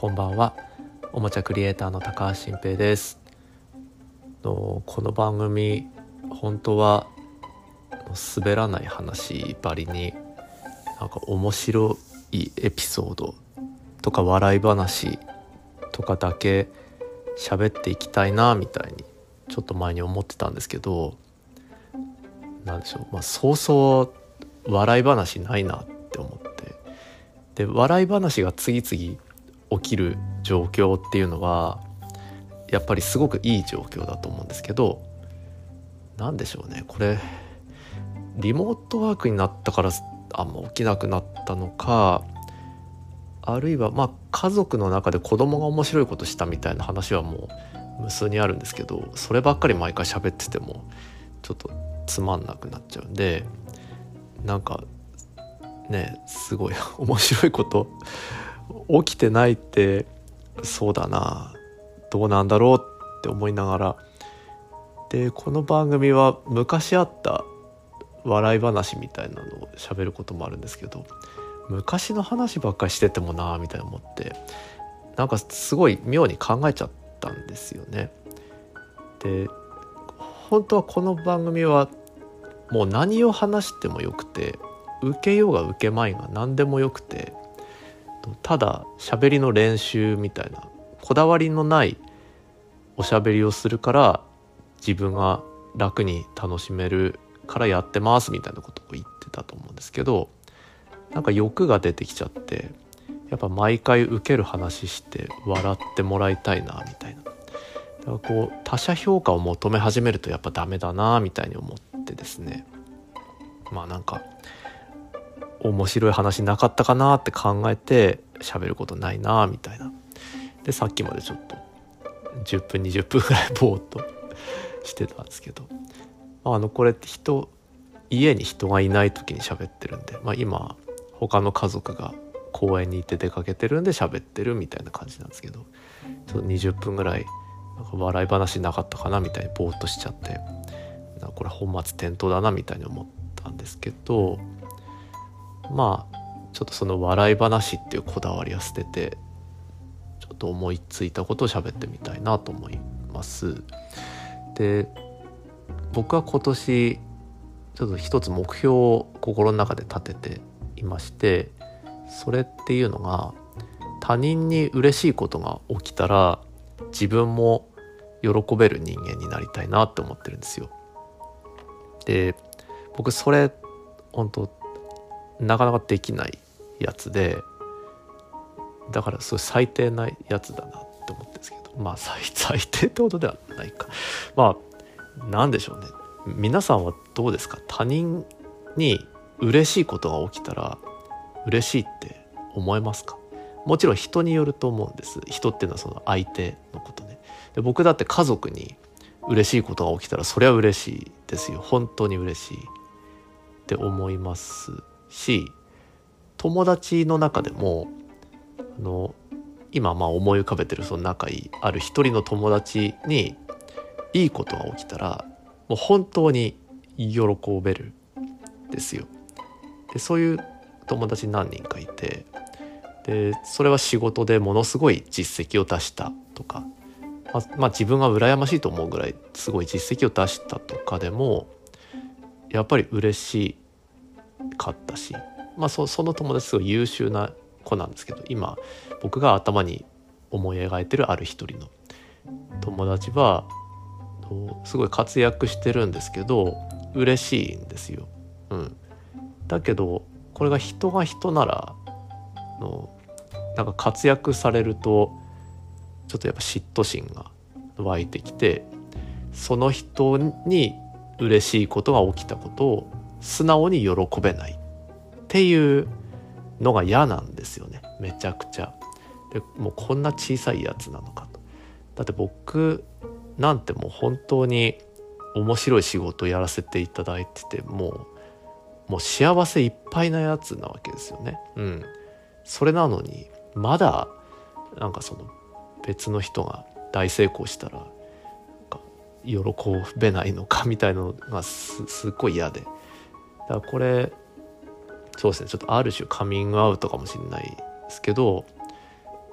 こんばんは。おもちゃクリエイターの高橋新平です。この番組本当は滑らない話ばりになんか面白いエピソードとか笑い話とかだけ喋っていきたいなみたいにちょっと前に思ってたんですけど、なんでしょう、そうそう笑い話ないなって思って、で笑い話が次々起きる状況っていうのはやっぱりすごくいい状況だと思うんですけど、なんでしょうね、これリモートワークになったからあんま起きなくなったのか、あるいは家族の中で子供が面白いことしたみたいな話はもう無数にあるんですけど、そればっかり毎回喋っててもちょっとつまんなくなっちゃうんで、なんかねすごい面白いこと起きてないって、そうだな、どうなんだろうって思いながら、でこの番組は昔あった笑い話みたいなのを喋ることもあるんですけど、昔の話ばっかりしててもなみたいな思って、なんかすごい妙に考えちゃったんですよね。で本当はこの番組はもう何を話してもよくて、受けようが受けまいが何でもよくて、ただ喋りの練習みたいな、こだわりのないおしゃべりをするから自分が楽に楽しめるからやってますみたいなことを言ってたと思うんですけど、なんか欲が出てきちゃって、やっぱ毎回受ける話して笑ってもらいたいなみたいな、だからこう他者評価を求め始めるとやっぱダメだなみたいに思ってですね、なんか面白い話なかったかなって考えて喋ることないなみたいな。でさっきまでちょっと10分20分ぐらいぼーっとしてたんですけど、これって家に人がいない時に喋ってるんで、今他の家族が公園に行って出かけてるんで喋ってるみたいな感じなんですけど、ちょっと20分ぐらいなんか笑い話なかったかなみたいにぼーっとしちゃって、これ本末転倒だなみたいに思ったんですけど、ちょっとその笑い話っていうこだわりは捨てて、ちょっと思いついたことを喋ってみたいなと思います。で僕は今年ちょっと一つ目標を心の中で立てていまして、それっていうのが、他人に嬉しいことが起きたら自分も喜べる人間になりたいなって思ってるんですよ。で僕それ本当なかなかできないやつで、だからすごい最低なやつだなって思ってるんですけど、最低ってことではないか。なんでしょうね、皆さんはどうですか？他人に嬉しいことが起きたら嬉しいって思えますか？もちろん人によると思うんです。人っていうのはその相手のことね。で僕だって家族に嬉しいことが起きたらそれは嬉しいですよ。本当に嬉しいって思いますし、友達の中でも今思い浮かべてるその仲いいある一人の友達にいいことが起きたらもう本当に喜べるですよ。でそういう友達何人かいて、でそれは仕事でものすごい実績を出したとか、自分が羨ましいと思うぐらいすごい実績を出したとかでもやっぱり嬉しかったし、その友達すごい優秀な子なんですけど、今僕が頭に思い描いてるある一人の友達はすごい活躍してるんですけど嬉しいんですよ。だけどこれが人が人ならなんか活躍されるとちょっとやっぱ嫉妬心が湧いてきて、その人に嬉しいことが起きたことを素直に喜べないっていうのが嫌なんですよね、めちゃくちゃ。でもうこんな小さいやつなのかと。だって僕なんてもう本当に面白い仕事をやらせていただいてて、もう幸せいっぱいなやつなわけですよね。それなのにまだなんかその別の人が大成功したら喜べないのかみたいなのがすっごい嫌で、だからこれそうですね、ちょっとある種カミングアウトかもしれないですけど、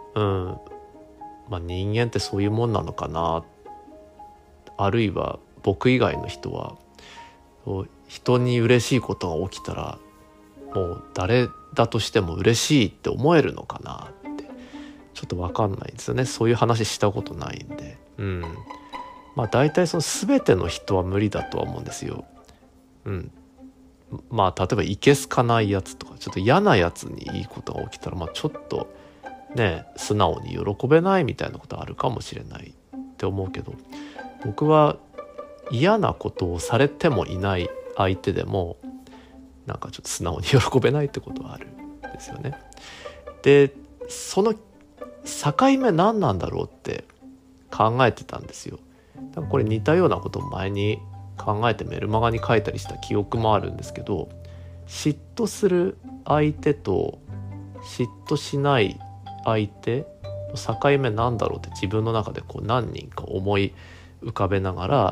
人間ってそういうもんなのかな、あるいは僕以外の人は人に嬉しいことが起きたらもう誰だとしても嬉しいって思えるのかなってちょっと分かんないんですよね。そういう話したことないんで、大体その全ての人は無理だとは思うんですよ。例えばいけすかないやつとかちょっと嫌なやつにいいことが起きたらちょっとね素直に喜べないみたいなことあるかもしれないって思うけど、僕は嫌なことをされてもいない相手でもなんかちょっと素直に喜べないってことはあるんですよね。でその境目何なんだろうって考えてたんですよ。だからこれ似たようなことを前に考えてメルマガに書いたりした記憶もあるんですけど、嫉妬する相手と嫉妬しない相手の境目なんだろうって自分の中で何人か思い浮かべながら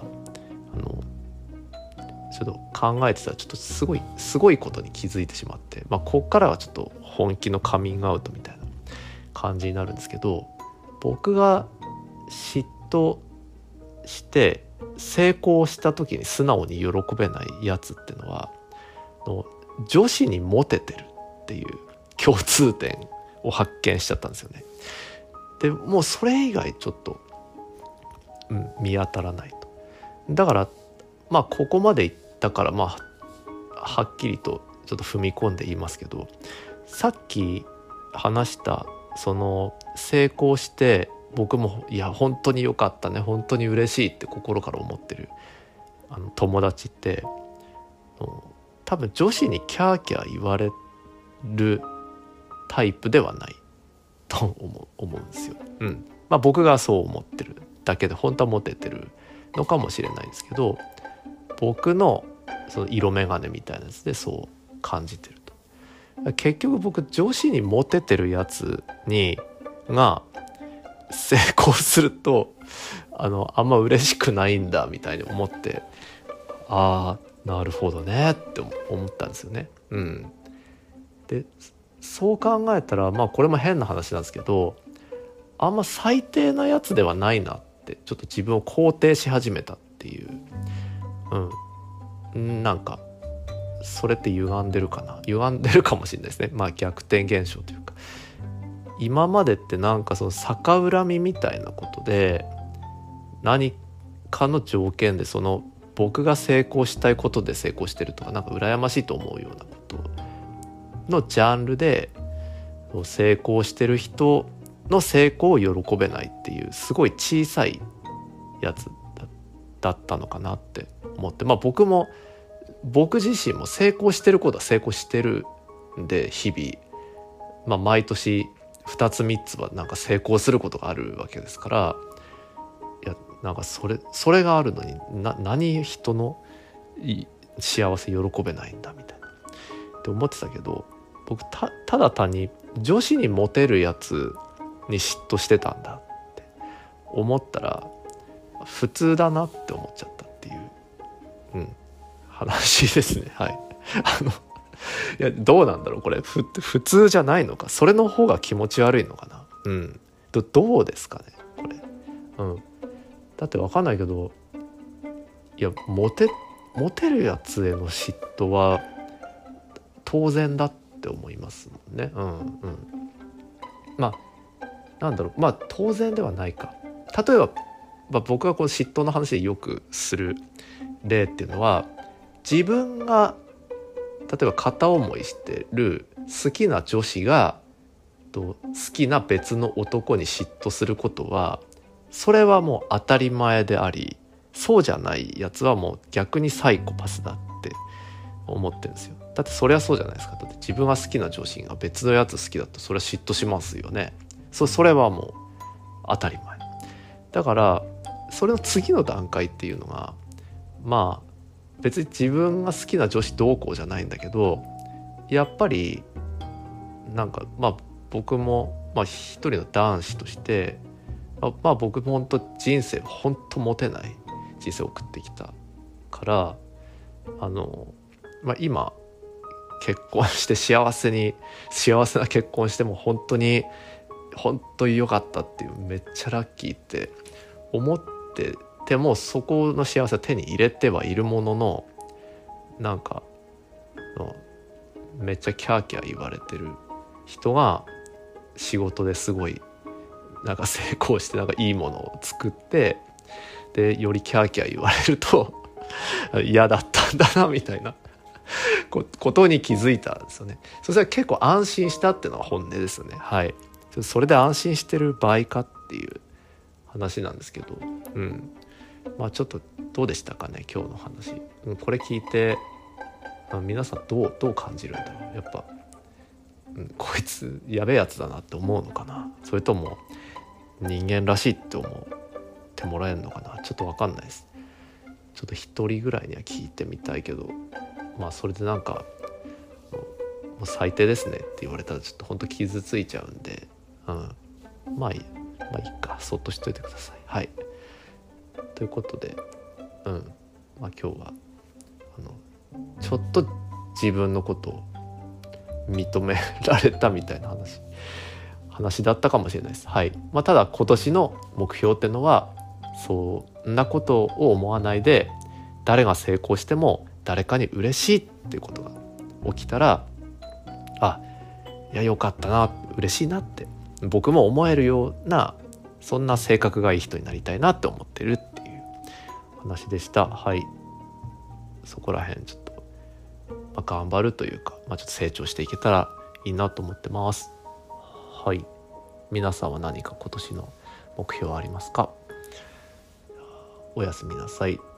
ちょっと考えてたらちょっとすごいことに気づいてしまって、こっからはちょっと本気のカミングアウトみたいな感じになるんですけど、僕が嫉妬して成功した時に素直に喜べないやつってのは女子にモテてるっていう共通点を発見しちゃったんですよね。でもうそれ以外ちょっと、見当たらないと。だからここまでいったからはっきりとちょっと踏み込んで言いますけど、さっき話したその成功して僕もいや本当に良かったね本当に嬉しいって心から思ってる友達って多分女子にキャーキャー言われるタイプではないと思うんですよ。僕がそう思ってるだけで本当はモテてるのかもしれないですけど、僕のその色眼鏡みたいなやつでそう感じてると。結局僕女子にモテてるやつが成功するとあんま嬉しくないんだみたいに思って、なるほどねって思ったんですよね。でそう考えたらこれも変な話なんですけど、あんま最低なやつではないなってちょっと自分を肯定し始めたっていう、なんかそれって歪んでるかもしれないですね。逆転現象というか、今までってなんかその逆恨みみたいなことで何かの条件でその僕が成功したいことで成功してるとかなんか羨ましいと思うようなことのジャンルで成功してる人の成功を喜べないっていうすごい小さいやつだったのかなって思って、僕自身も成功してることは成功してるんで日々、毎年2つ3つはなんか成功することがあるわけですから、いやなんかそれがあるのに何人の幸せ喜べないんだみたいなって思ってたけど、僕ただ単に女子にモテるやつに嫉妬してたんだって思ったら普通だなって思っちゃったっていう、話ですね。はい。いやどうなんだろうこれ普通じゃないのか、それの方が気持ち悪いのかな。どうですかねこれ。だって分かんないけど、いやモテるやつへの嫉妬は当然だって思いますもんね。なんだろう当然ではないか。例えば、僕がこの嫉妬の話でよくする例っていうのは、自分が例えば片思いしてる好きな女子が好きな別の男に嫉妬することはそれはもう当たり前であり、そうじゃないやつはもう逆にサイコパスだって思ってるんですよ。だってそれはそうじゃないですか。だって自分が好きな女子が別のやつ好きだとそれは嫉妬しますよね。それはもう当たり前だから、それの次の段階っていうのが別に自分が好きな女子どうこうじゃないんだけど、やっぱりなんか僕も一人の男子として僕も本当人生本当モテない人生を送ってきたから今結婚して幸せな結婚しても本当に本当に良かったっていう、めっちゃラッキーって思ってても、そこの幸せは手に入れてはいるものの、なんかめっちゃキャーキャー言われてる人が仕事ですごいなんか成功して、なんかいいものを作って、でよりキャーキャー言われると嫌だったんだなみたいなことに気づいたんですよね。そしたら結構安心したっていうのが本音ですね。はい。それで安心してる場合かっていう話なんですけど、まあちょっとどうでしたかね今日の話。これ聞いて皆さんどう感じるんだろう。やっぱ、こいつやべえやつだなって思うのかな、それとも人間らしいって思ってもらえるのかな、ちょっと分かんないです。ちょっと一人ぐらいには聞いてみたいけど、まあそれでなんかもう最低ですねって言われたらちょっと本当傷ついちゃうんで、まあいいか、そっとしといてください。はい。ということで、まあ今日はちょっと自分のことを認められたみたいな話だったかもしれないです。はい。まあただ今年の目標ってのはそんなことを思わないで、誰が成功しても誰かに嬉しいっていうことが起きたら、いやよかったな、嬉しいなって僕も思えるような、そんな性格がいい人になりたいなって思ってるっていう話でした。はい。そこら辺ちょっと、頑張るというか、ちょっと成長していけたらいいなと思ってます。はい。皆さんは何か今年の目標はありますか？おやすみなさい。